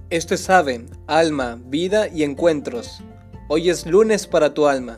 Esto es Ave, Alma, Vida y Encuentros. Hoy es lunes para tu alma.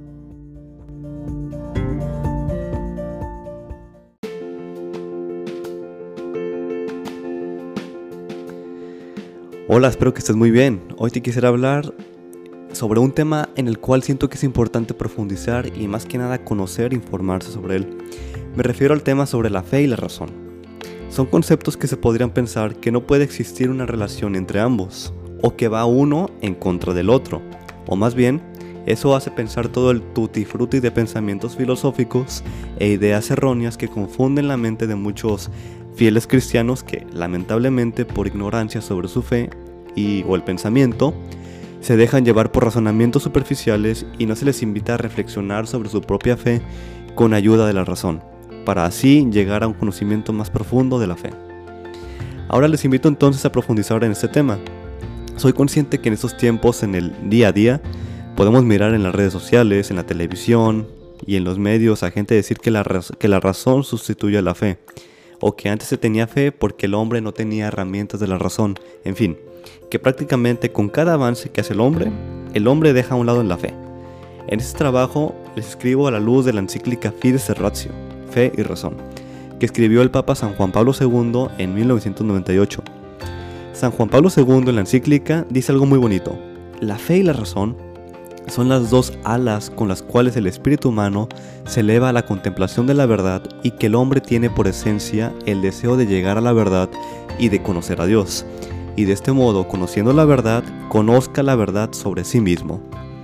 Hola, espero que estés muy bien. Hoy te quisiera hablar sobre un tema en el cual siento que es importante profundizar y más que nada conocer e informarse sobre él. Me refiero al tema sobre la fe y la razón. Son conceptos que se podrían pensar que no puede existir una relación entre ambos, o que va uno en contra del otro, o más bien, eso hace pensar todo el tutti frutti de pensamientos filosóficos e ideas erróneas que confunden la mente de muchos fieles cristianos que, lamentablemente, por ignorancia sobre su fe o el pensamiento, se dejan llevar por razonamientos superficiales y no se les invita a reflexionar sobre su propia fe con ayuda de la razón, para así llegar a un conocimiento más profundo de la fe. Ahora les invito entonces a profundizar en este tema. Soy consciente que en estos tiempos, en el día a día, podemos mirar en las redes sociales, en la televisión y en los medios a gente decir que la razón sustituye a la fe, o que antes se tenía fe porque el hombre no tenía herramientas de la razón, en fin, que prácticamente con cada avance que hace el hombre deja a un lado en la fe. En este trabajo les escribo a la luz de la encíclica Fides et Ratio, Fe y Razón, que escribió el Papa San Juan Pablo II en 1998. San Juan Pablo II en la encíclica dice algo muy bonito: la fe y la razón son las dos alas con las cuales el espíritu humano se eleva a la contemplación de la verdad y que el hombre tiene por esencia el deseo de llegar a la verdad y de conocer a Dios, y de este modo, conociendo la verdad, conozca la verdad sobre sí mismo.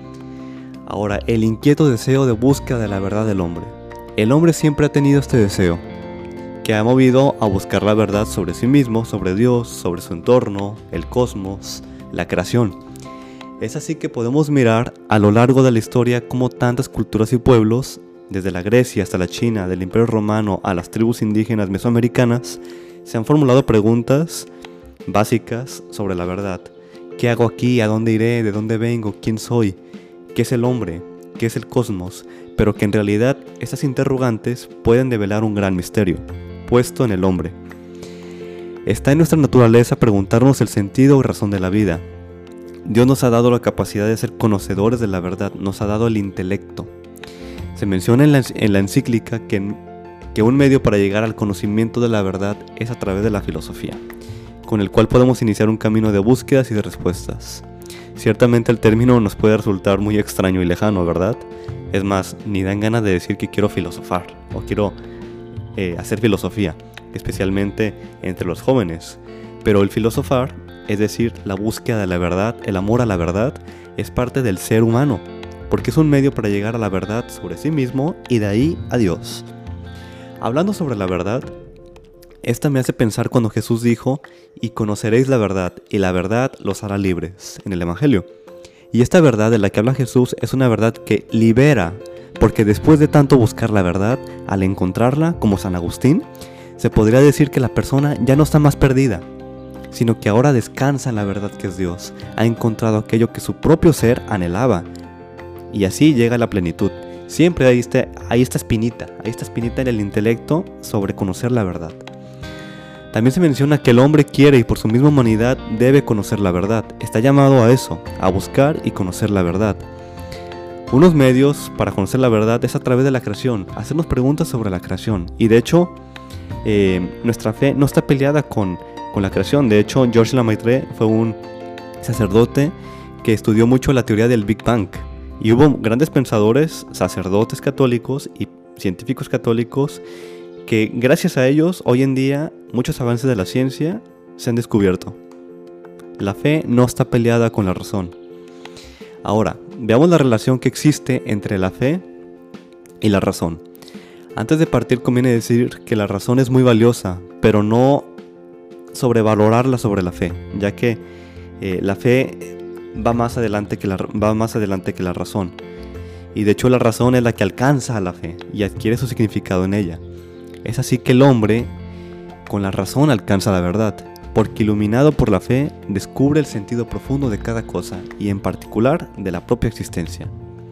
Ahora, el inquieto deseo de búsqueda de la verdad del hombre. El hombre siempre ha tenido este deseo, que ha movido a buscar la verdad sobre sí mismo, sobre Dios, sobre su entorno, el cosmos, la creación. Es así que podemos mirar a lo largo de la historia cómo tantas culturas y pueblos, desde la Grecia hasta la China, del Imperio Romano a las tribus indígenas mesoamericanas, se han formulado preguntas básicas sobre la verdad. ¿Qué hago aquí? ¿A dónde iré? ¿De dónde vengo? ¿Quién soy? ¿Qué es el hombre? ¿Qué es el cosmos? Pero que en realidad estas interrogantes pueden develar un gran misterio, puesto en el hombre. Está en nuestra naturaleza preguntarnos el sentido y razón de la vida. Dios nos ha dado la capacidad de ser conocedores de la verdad, nos ha dado el intelecto. Se menciona en la encíclica que un medio para llegar al conocimiento de la verdad es a través de la filosofía, con el cual podemos iniciar un camino de búsquedas y de respuestas. Ciertamente el término nos puede resultar muy extraño y lejano, ¿verdad? Es más, ni dan ganas de decir que quiero filosofar o quiero hacer filosofía, especialmente entre los jóvenes. Pero el filosofar, es decir, la búsqueda de la verdad, el amor a la verdad, es parte del ser humano, porque es un medio para llegar a la verdad sobre sí mismo y de ahí a Dios. Hablando sobre la verdad, esta me hace pensar cuando Jesús dijo: y conoceréis la verdad, y la verdad los hará libres, en el Evangelio. Y esta verdad de la que habla Jesús es una verdad que libera, porque después de tanto buscar la verdad, al encontrarla, como San Agustín, se podría decir que la persona ya no está más perdida, sino que ahora descansa en la verdad que es Dios, ha encontrado aquello que su propio ser anhelaba, y así llega a la plenitud. Siempre hay esta espinita en el intelecto sobre conocer la verdad. También se menciona que el hombre quiere y por su misma humanidad debe conocer la verdad. Está llamado a eso, a buscar y conocer la verdad. Unos medios para conocer la verdad es a través de la creación, hacernos preguntas sobre la creación. Y de hecho, nuestra fe no está peleada con la creación. De hecho, Georges Lemaitre fue un sacerdote que estudió mucho la teoría del Big Bang. Y hubo grandes pensadores, sacerdotes católicos y científicos católicos que gracias a ellos hoy en día muchos avances de la ciencia se han descubierto. La fe no está peleada con la razón. Ahora, veamos la relación que existe entre la fe y la razón. Antes de partir conviene decir que la razón es muy valiosa, pero no sobrevalorarla sobre la fe, ya que la fe va más adelante que la razón. Y de hecho la razón es la que alcanza a la fe y adquiere su significado en ella. Es así que el hombre con la razón alcanza la verdad, porque iluminado por la fe descubre el sentido profundo de cada cosa y en particular de la propia existencia.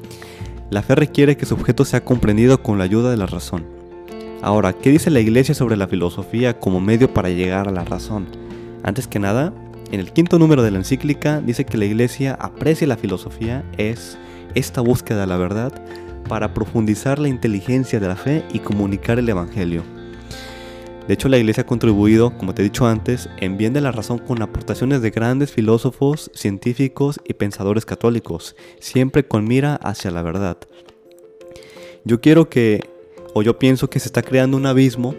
La fe requiere que su objeto sea comprendido con la ayuda de la razón. Ahora, ¿qué dice la Iglesia sobre la filosofía como medio para llegar a la razón? Antes que nada, En el 5º número de la encíclica dice que la Iglesia aprecia la filosofía, es esta búsqueda de la verdad para profundizar la inteligencia de la fe y comunicar el Evangelio. De hecho, la Iglesia ha contribuido, como te he dicho antes, en bien de la razón con aportaciones de grandes filósofos, científicos y pensadores católicos, siempre con mira hacia la verdad. Yo pienso que se está creando un abismo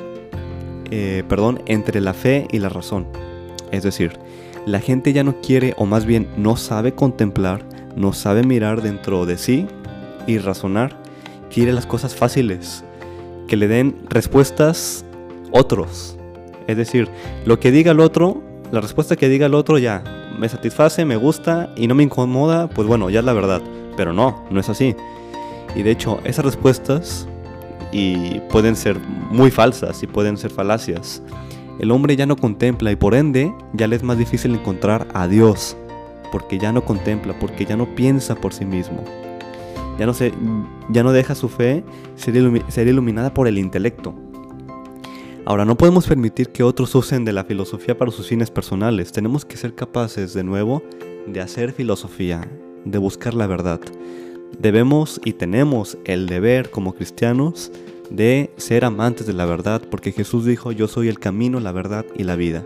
entre la fe y la razón. Es decir, la gente ya no quiere, o más bien no sabe contemplar, no sabe mirar dentro de sí y razonar. Quiere las cosas fáciles, que le den respuestas otros. Es decir, lo que diga el otro, la respuesta que diga el otro ya me satisface, me gusta y no me incomoda, pues bueno, ya es la verdad. Pero no es así. Y de hecho, esas respuestas pueden ser muy falsas y pueden ser falacias. El hombre ya no contempla y por ende ya le es más difícil encontrar a Dios, porque ya no contempla, porque ya no piensa por sí mismo. Ya no deja su fe ser iluminada por el intelecto. Ahora, no podemos permitir que otros usen de la filosofía para sus fines personales. Tenemos que ser capaces, de nuevo, de hacer filosofía, de buscar la verdad. Debemos y tenemos el deber como cristianos de ser amantes de la verdad, porque Jesús dijo: yo soy el camino, la verdad y la vida.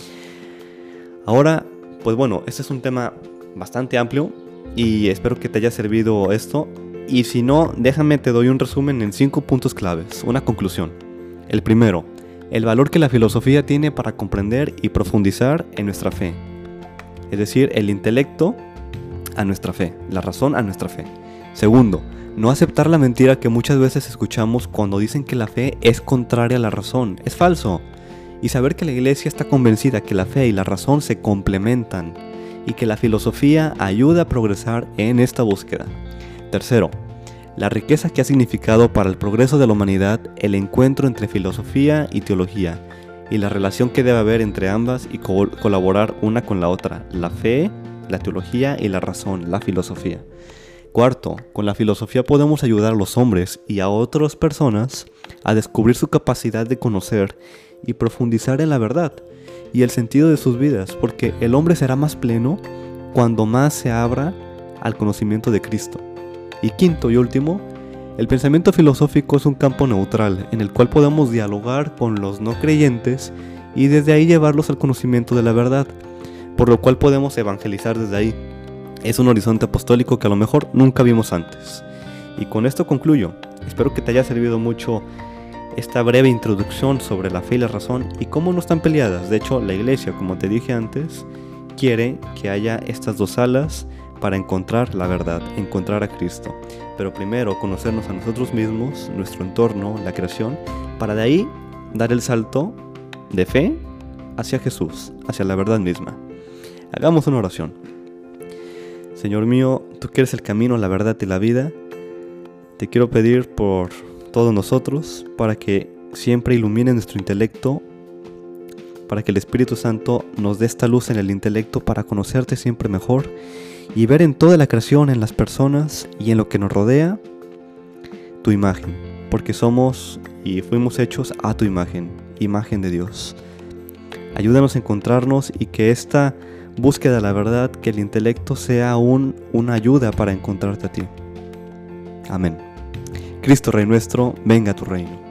Ahora, pues bueno, este es un tema bastante amplio y espero que te haya servido esto. Y si no, déjame te doy un resumen en 5 puntos claves, una conclusión. El primero, el valor que la filosofía tiene para comprender y profundizar en nuestra fe. Es decir, el intelecto a nuestra fe, la razón a nuestra fe. Segundo, no aceptar la mentira que muchas veces escuchamos cuando dicen que la fe es contraria a la razón. Es falso. Y saber que la Iglesia está convencida que la fe y la razón se complementan y que la filosofía ayuda a progresar en esta búsqueda. Tercero, la riqueza que ha significado para el progreso de la humanidad el encuentro entre filosofía y teología y la relación que debe haber entre ambas y colaborar una con la otra, la fe, la teología y la razón, la filosofía. Cuarto, con la filosofía podemos ayudar a los hombres y a otras personas a descubrir su capacidad de conocer y profundizar en la verdad y el sentido de sus vidas, porque el hombre será más pleno cuando más se abra al conocimiento de Cristo. Y quinto y último, el pensamiento filosófico es un campo neutral en el cual podemos dialogar con los no creyentes y desde ahí llevarlos al conocimiento de la verdad, por lo cual podemos evangelizar desde ahí. Es un horizonte apostólico que a lo mejor nunca vimos antes. Y con esto concluyo. Espero que te haya servido mucho esta breve introducción sobre la fe y la razón y cómo no están peleadas. De hecho, la Iglesia, como te dije antes, quiere que haya estas dos alas para encontrar la verdad, encontrar a Cristo. Pero primero conocernos a nosotros mismos, nuestro entorno, la creación, para de ahí dar el salto de fe hacia Jesús, hacia la verdad misma. Hagamos una oración. Señor mío, tú que eres el camino, la verdad y la vida, te quiero pedir por todos nosotros para que siempre ilumine nuestro intelecto, para que el Espíritu Santo nos dé esta luz en el intelecto para conocerte siempre mejor y ver en toda la creación, en las personas y en lo que nos rodea, tu imagen, porque somos y fuimos hechos a tu imagen, imagen de Dios. Ayúdanos a encontrarnos y que esta búsqueda de la verdad, que el intelecto sea una ayuda para encontrarte a ti. Amén. Cristo Rey nuestro, venga a tu reino.